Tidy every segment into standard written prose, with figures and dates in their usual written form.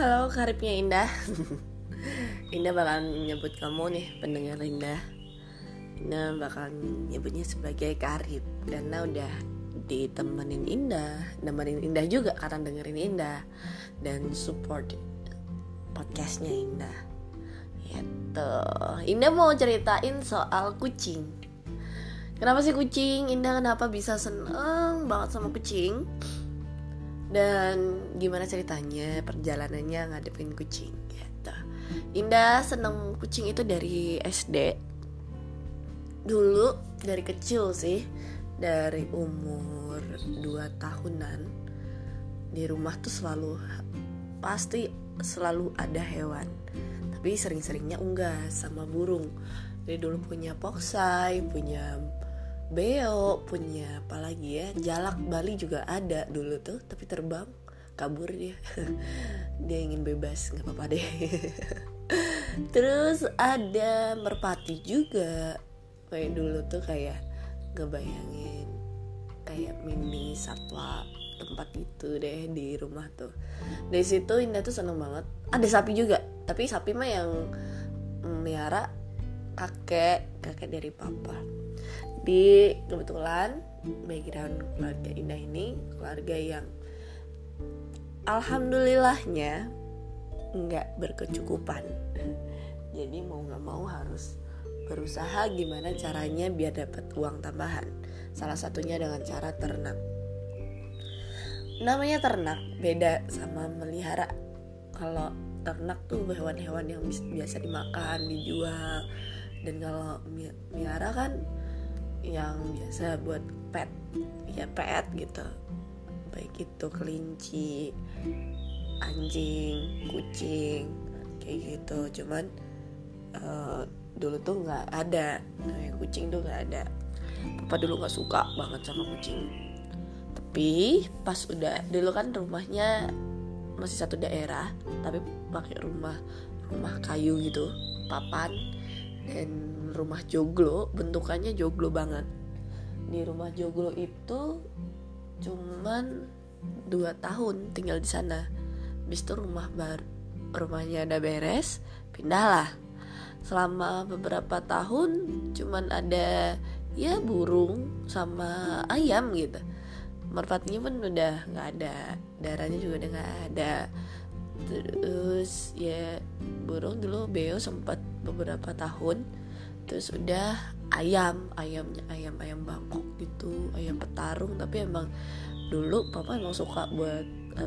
Halo karibnya Indah. Indah bakalan nyebut kamu nih pendengar Indah. Indah bakalan nyebutnya sebagai Karib karena udah ditemenin Indah, nemenin Indah juga karena dengerin Indah dan support podcastnya Indah. Gitu. Indah mau ceritain soal kucing. Kenapa sih kucing? Indah kenapa bisa seneng banget sama kucing? Dan gimana ceritanya perjalanannya ngadepin kucing gitu. Indah seneng kucing itu dari SD. Dulu dari kecil sih, dari umur 2 tahunan. Di rumah tuh pasti selalu ada hewan. Tapi sering-seringnya unggas sama burung. Dari dulu punya poksai, punya beo, punya apa lagi ya, jalak Bali juga ada dulu tuh, tapi terbang kabur dia. Dia ingin bebas, nggak apa-apa deh. Terus ada merpati juga. Kayak dulu tuh kayak ngebayangin kayak mini satwa tempat itu deh di rumah tuh. Dari situ Indah tuh seneng banget. Ada sapi juga, tapi sapi mah yang melihara kakek dari papa. Di kebetulan background keluarga Indah ini keluarga yang alhamdulillahnya nggak berkecukupan. Jadi mau nggak mau harus berusaha gimana caranya biar dapat uang tambahan. Salah satunya dengan cara ternak. Namanya ternak beda sama melihara. Kalau ternak tuh hewan-hewan yang biasa dimakan, dijual. Dan kalau melihara kan yang biasa buat pet gitu, baik itu kelinci, anjing, kucing kayak gitu. Cuman dulu tuh nggak ada kucing tuh nggak ada. Papa dulu nggak suka banget sama kucing. Tapi pas udah dulu kan rumahnya masih satu daerah, tapi pakai rumah kayu gitu, papan dan rumah joglo, bentukannya joglo banget. Di rumah joglo itu cuman 2 tahun tinggal di sana. Habis itu rumahnya udah beres, pindah lah. Selama beberapa tahun cuman ada ya burung sama ayam gitu. Merpatinya pun udah nggak ada, darahnya juga udah nggak ada. Terus ya burung dulu beo sempat beberapa tahun. Terus udah ayam Bangkok gitu, ayam petarung. Tapi emang dulu papa emang suka buat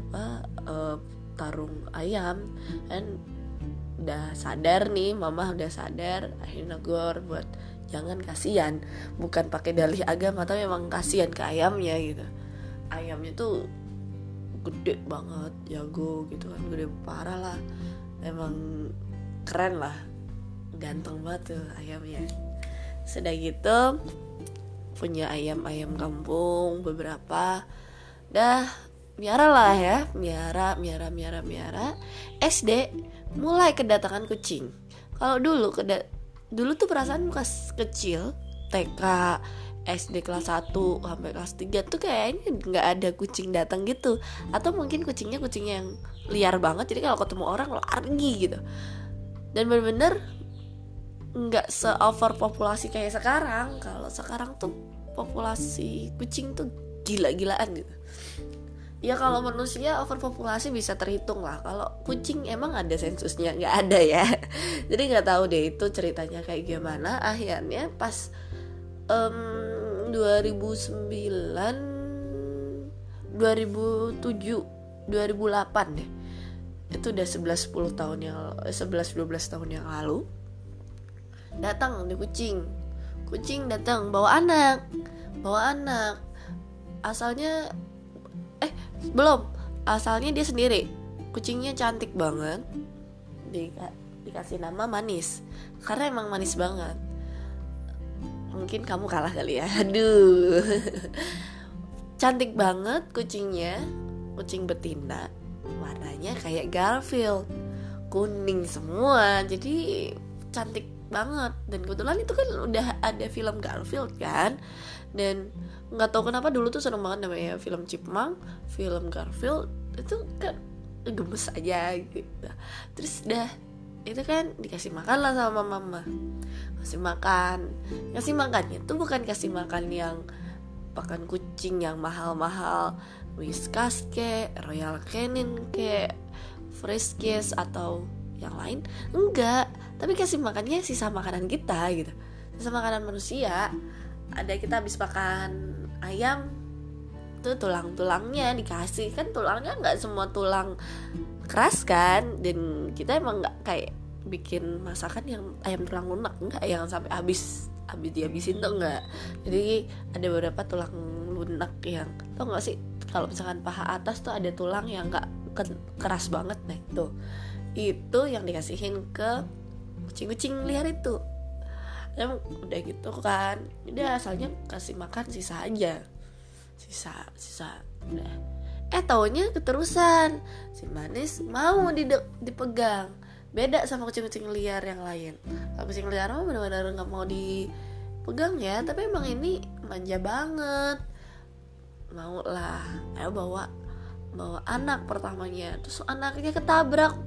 tarung ayam. Dan udah sadar nih, mama udah sadar, akhirnya negor buat jangan, kasihan. Bukan pakai dalih agama, tapi emang kasihan ke ayamnya gitu. Ayamnya tuh gede banget, jago gitu kan, gede parah lah. Emang keren lah, ganteng banget tuh ayamnya. Sudah gitu punya ayam kampung beberapa. Dah miara lah ya, miara. SD mulai kedatangan kucing. Kalau dulu tuh perasaan pas kecil TK, SD kelas 1 sampai kelas 3 tuh kayaknya gak ada kucing datang gitu. Atau mungkin kucingnya yang liar banget, jadi kalau ketemu orang lari gitu. Dan bener-bener gak se-overpopulasi kayak sekarang. Kalau sekarang tuh populasi kucing tuh gila-gilaan gitu. Ya kalau manusia overpopulasi bisa terhitung lah. Kalau kucing emang ada sensusnya? Gak ada ya. Jadi gak tahu deh itu ceritanya kayak gimana. Akhirnya pas 2009, 2007, 2008 deh. Itu udah 11-12 tahun yang lalu. Datang di kucing datang bawa anak. Asalnya dia sendiri. Kucingnya cantik banget. Dikasih nama Manis karena emang manis banget. Mungkin kamu kalah kali ya. Aduh. Cantik banget kucingnya. Kucing betina, warnanya kayak Garfield, kuning semua. Jadi cantik banget. Dan kebetulan itu kan udah ada film Garfield kan. Dan nggak tahu kenapa dulu tuh seneng banget namanya film Chipmunk, film Garfield. Itu kan gemes aja gitu. Terus dah itu kan dikasih makan lah sama mama, kasih makannya tuh bukan kasih makan yang pakan kucing yang mahal-mahal, Whiskas ke, Royal Canin ke, Friskies atau yang lain, enggak, tapi kasih makannya sisa makanan kita gitu, sisa makanan manusia. Ada kita habis makan ayam tuh tulang-tulangnya dikasih, kan tulangnya nggak semua tulang keras kan, dan kita emang nggak kayak bikin masakan yang ayam tulang lunak, enggak yang sampai habis dihabisin tuh enggak. Jadi ada beberapa tulang lunak yang tau nggak sih, kalau misalkan paha atas tuh ada tulang yang nggak keras banget, nah itu yang dikasihin ke kucing-kucing liar itu. Dan udah gitu kan, udah asalnya kasih makan sisa aja, sisa udah. Taunya keterusan, si Manis mau dipegang. Beda sama kucing-kucing liar yang lain. Kalau kucing liar mah benar-benar nggak mau dipegang ya, tapi emang ini manja banget. Mau lah, ayo bawa anak pertamanya, terus anaknya ketabrak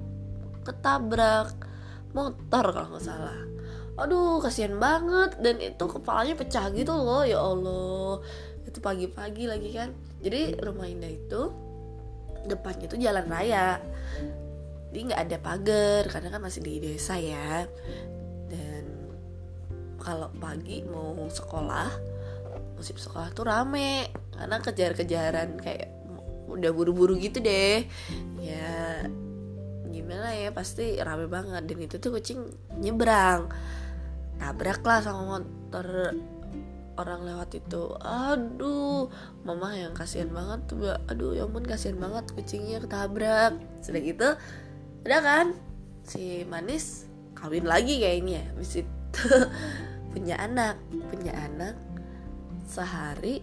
motor kalau nggak salah. Aduh kasihan banget, dan itu kepalanya pecah gitu loh, ya Allah. Itu pagi-pagi lagi kan. Jadi rumah Indah itu depannya tuh jalan raya, jadi nggak ada pagar karena kan masih di desa ya. Dan kalau pagi mau sekolah, musim sekolah tuh rame karena kejar-kejaran kayak udah buru-buru gitu deh ya, gimana ya, pasti rame banget. Dan itu tuh kucing nyebrang, tabrak lah sama motor orang lewat itu. Aduh, mama yang kasihan banget tuh, aduh ya ampun kasihan banget kucingnya ketabrak. Sudah gitu udah kan, si Manis kawin lagi kayaknya, habis itu punya anak sehari.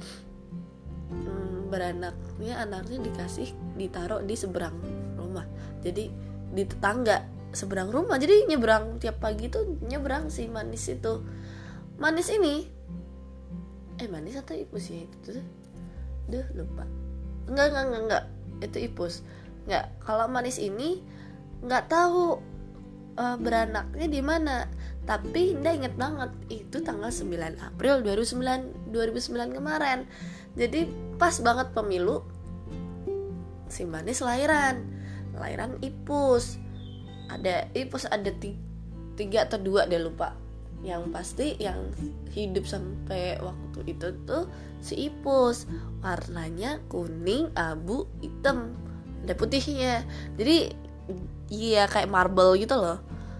Anaknya ditaruh di seberang rumah, jadi di tetangga seberang rumah, jadi nyebrang tiap pagi tuh, nyebrang si Manis itu. Manis ini Manis atau Ipus ya itu tuh, lupa. Enggak, itu Ipus. Enggak, kalau Manis ini nggak tahu beranaknya di mana, tapi Indah inget banget itu tanggal 9 April 2009 kemarin. Jadi pas banget pemilu, si Manis lahiran Ipus. Ada 3 atau 2 deh, lupa. Yang pasti yang hidup sampai waktu itu tuh si Ipus. Warnanya kuning, abu, hitam, ada putihnya. Jadi iya kayak marble gitu loh.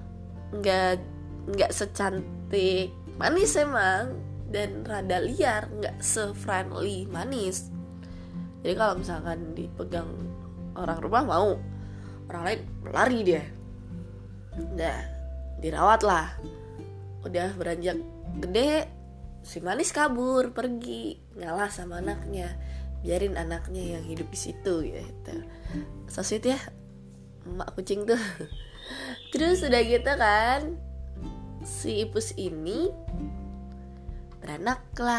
Nggak secantik Manis emang, dan rada liar, nggak se-friendly Manis. Jadi kalau misalkan dipegang orang rumah mau, orang lain lari dia. Udah dirawat lah, udah beranjak gede, si Manis kabur pergi, ngalah sama anaknya, biarin anaknya yang hidup di situ gitu. So sweet ya emak kucing tuh. Terus udah gitu kan, si Ipus ini beranak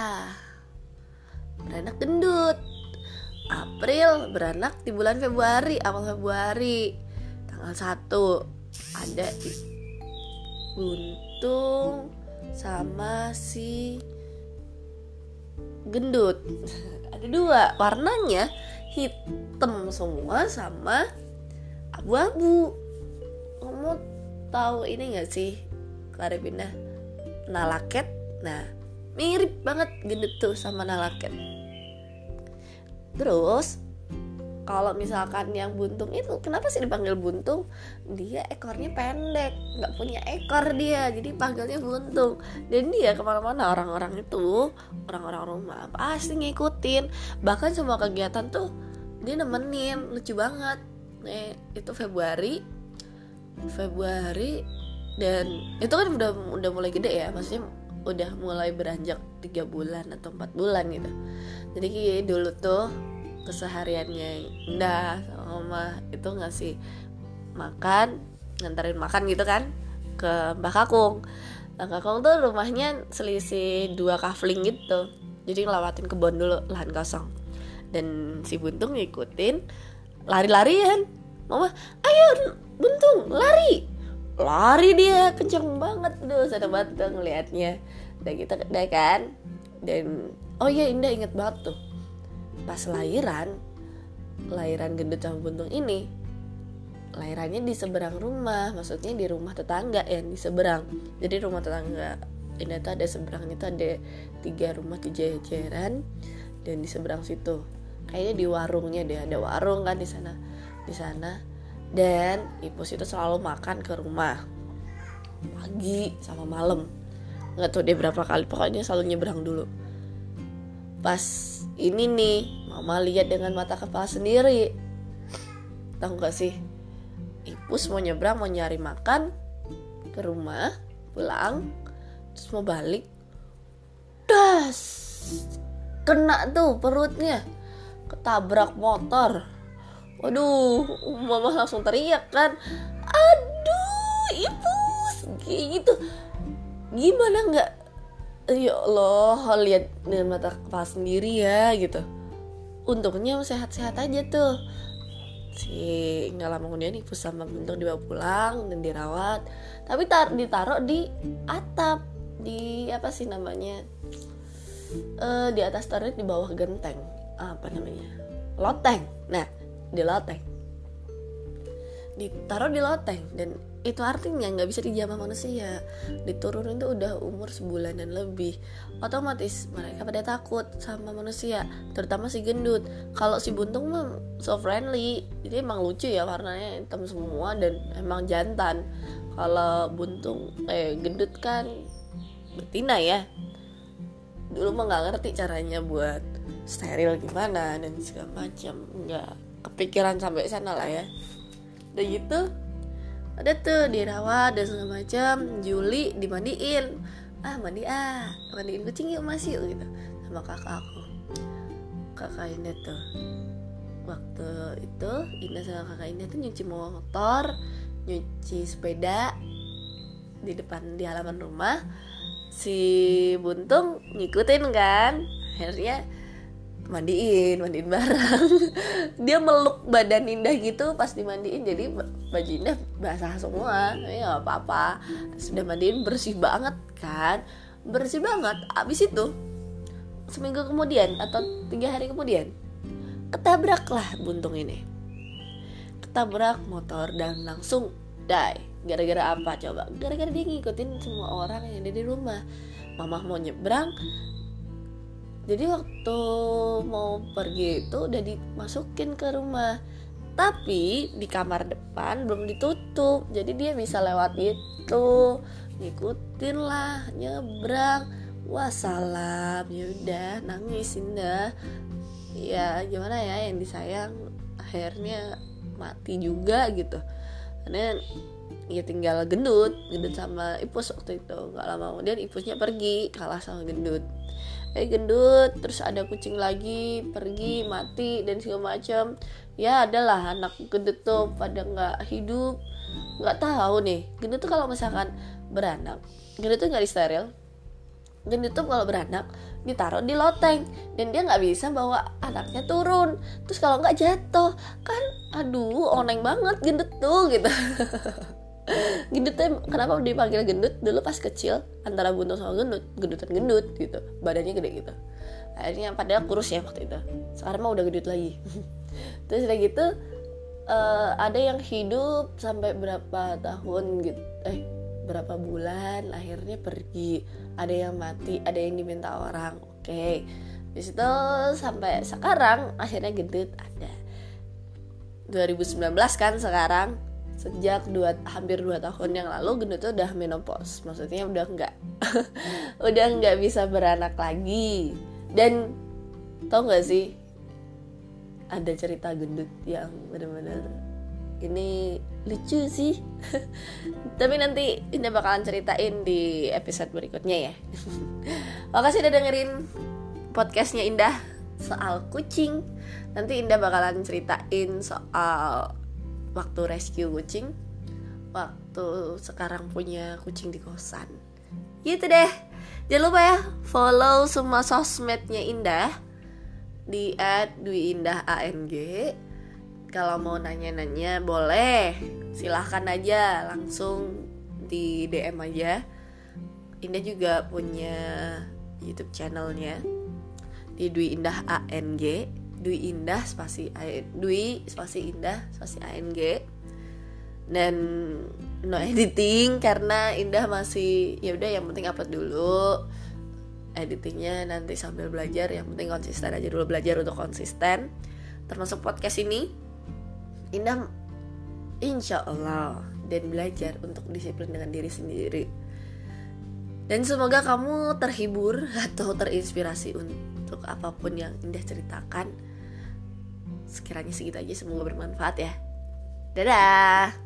gendut. April beranak di bulan Februari, awal Februari tanggal 1. Ada buntung sama si gendut. Ada 2, warnanya hitam semua sama abu-abu. Kamu tahu ini gak sih, Claribina, Nalaket? Nah, mirip banget gendut tuh sama Nalaket. Terus kalau misalkan yang buntung itu, kenapa sih dipanggil buntung? Dia ekornya pendek, nggak punya ekor dia, jadi panggilnya buntung. Dan dia kemana-mana, orang-orang rumah pasti ngikutin. Bahkan semua kegiatan tuh dia nemenin, lucu banget. Itu Februari, dan itu kan udah mulai gede ya, maksudnya udah mulai beranjak 3 bulan atau 4 bulan gitu. Jadi dulu tuh kesehariannya Indah sama mama itu ngasih makan, nganterin makan gitu kan ke Mbak Kakung. Mbak Kakung tuh rumahnya selisih 2 kafling gitu, jadi ngelewatin kebun dulu, lahan kosong. Dan si buntung ngikutin, lari-larian Mama, ayo Buntung lari dia kencang banget. Sadar banget tuh ngeliatnya. Dan kita udah kan. Dan oh iya, Indah inget banget tuh pas lahiran Gendut sama Buntung ini, lahirannya di seberang rumah, maksudnya di rumah tetangga yang di seberang. Jadi rumah tetangga Indah tuh ada seberangnya tuh ada 3 rumah tuh jajaran, dan di seberang situ kayaknya di warungnya deh, ada warung kan di sana. Dan Ipus itu selalu makan ke rumah pagi sama malam, nggak tahu deh berapa kali, pokoknya selalu nyebrang dulu. Pas ini nih Mama lihat dengan mata kepala sendiri, tahu nggak sih, Ipus mau nyebrang, mau nyari makan ke rumah, pulang terus mau balik, das, kena tuh perutnya, ketabrak motor. Waduh, Mama langsung teriak kan, aduh Ipus, kayak gitu. Gimana nggak, ya Allah, lihat dengan mata kepala sendiri ya gitu. Untungnya sehat-sehat aja tuh. Nggak lama kemudian Ipus sama Buntung dibawa pulang dan dirawat. Tapi ditaruh di atap, di apa sih namanya, di atas turret di bawah genteng, apa namanya, loteng. Nah, di loteng, ditaruh di loteng. Dan itu artinya nggak bisa dijamah manusia. Diturunin tuh udah umur sebulanan lebih, otomatis mereka pada takut sama manusia, terutama si Gendut. Kalau si Buntung mah so friendly, jadi emang lucu ya, warnanya hitam semua dan emang jantan. Kalau Gendut kan betina ya. Dulu mah nggak ngerti caranya buat steril gimana dan segala macam, nggak kepikiran sampai sana lah ya. Udah gitu ada tuh dirawat dan segala macam. Juli dimandiin, mandiin kucing yuk mas yuk gitu, sama kakak Indah tuh. Waktu itu Indah sama kakak Indah tuh nyuci motor, nyuci sepeda di halaman rumah. Si Buntung ngikutin kan, akhirnya mandiin bareng. Dia meluk badan Indah gitu pas dimandiin, jadi baju Indah basah semua. Ya gak apa-apa, sudah mandiin bersih banget kan, abis itu seminggu kemudian atau 3 hari kemudian ketabraklah Buntung ini, ketabrak motor dan langsung die. Gara-gara apa coba? Gara-gara dia ngikutin semua orang yang ada di rumah. Mama mau nyebrang, jadi waktu mau pergi itu udah dimasukin ke rumah, tapi di kamar depan belum ditutup, jadi dia bisa lewat itu, ngikutin lah, nyebrang. Wah salam, ya udah nangis Indah. Ya gimana ya, yang disayang akhirnya mati juga gitu. Karena ya tinggal Gendut sama Ipus waktu itu. Gak lama kemudian Ipusnya pergi, kalah sama Gendut. Gendut, terus ada kucing lagi pergi mati dan segala macam. Ya adalah anak Gendut tuh pada nggak hidup, nggak tahu nih. Gendut tuh kalau misalkan beranak, Gendut tuh nggak disteril. Gendut tuh kalau beranak ditaruh di loteng dan dia nggak bisa bawa anaknya turun. Terus kalau nggak jatuh kan, aduh oneng banget Gendut tuh gitu. Gendut tuh kenapa dipanggil Gendut? Dulu pas kecil antara Buntung sama Gendutan Gendut gitu, badannya gede gitu. Akhirnya padahal kurus ya waktu itu, sekarang mah udah gendut lagi. Terus udah gitu ada yang hidup sampai berapa tahun gitu, berapa bulan, akhirnya pergi. Ada yang mati, ada yang diminta orang. Oke. Di situ sampai sekarang akhirnya Gendut ada. 2019 kan sekarang. Sejak hampir 2 tahun yang lalu Gendut tuh udah menopause. Maksudnya udah nggak bisa beranak lagi. Dan tau nggak sih, ada cerita Gendut yang benar-benar ini lucu sih. Tapi nanti Indah bakalan ceritain di episode berikutnya ya. Makasih udah dengerin podcastnya Indah soal kucing. Nanti Indah bakalan ceritain soal waktu rescue kucing, waktu sekarang punya kucing di kosan. Gitu deh. Jangan lupa ya follow semua sosmednya Indah di @dwiindahang. Kalau mau nanya-nanya boleh, silahkan aja langsung di DM aja. Indah juga punya YouTube channelnya di Dwi Indah ANG, Dwi Indah spasi Indah spasi ANG. Dan no editing karena Indah masih ya udah, yang penting upload dulu. Editingnya nanti sambil belajar, yang penting konsisten aja dulu, belajar untuk konsisten. Termasuk podcast ini Indah insya Allah dan belajar untuk disiplin dengan diri sendiri. Dan semoga kamu terhibur atau terinspirasi untuk apapun yang Indah ceritakan. Sekiranya segitu aja, semoga bermanfaat ya. Dadah.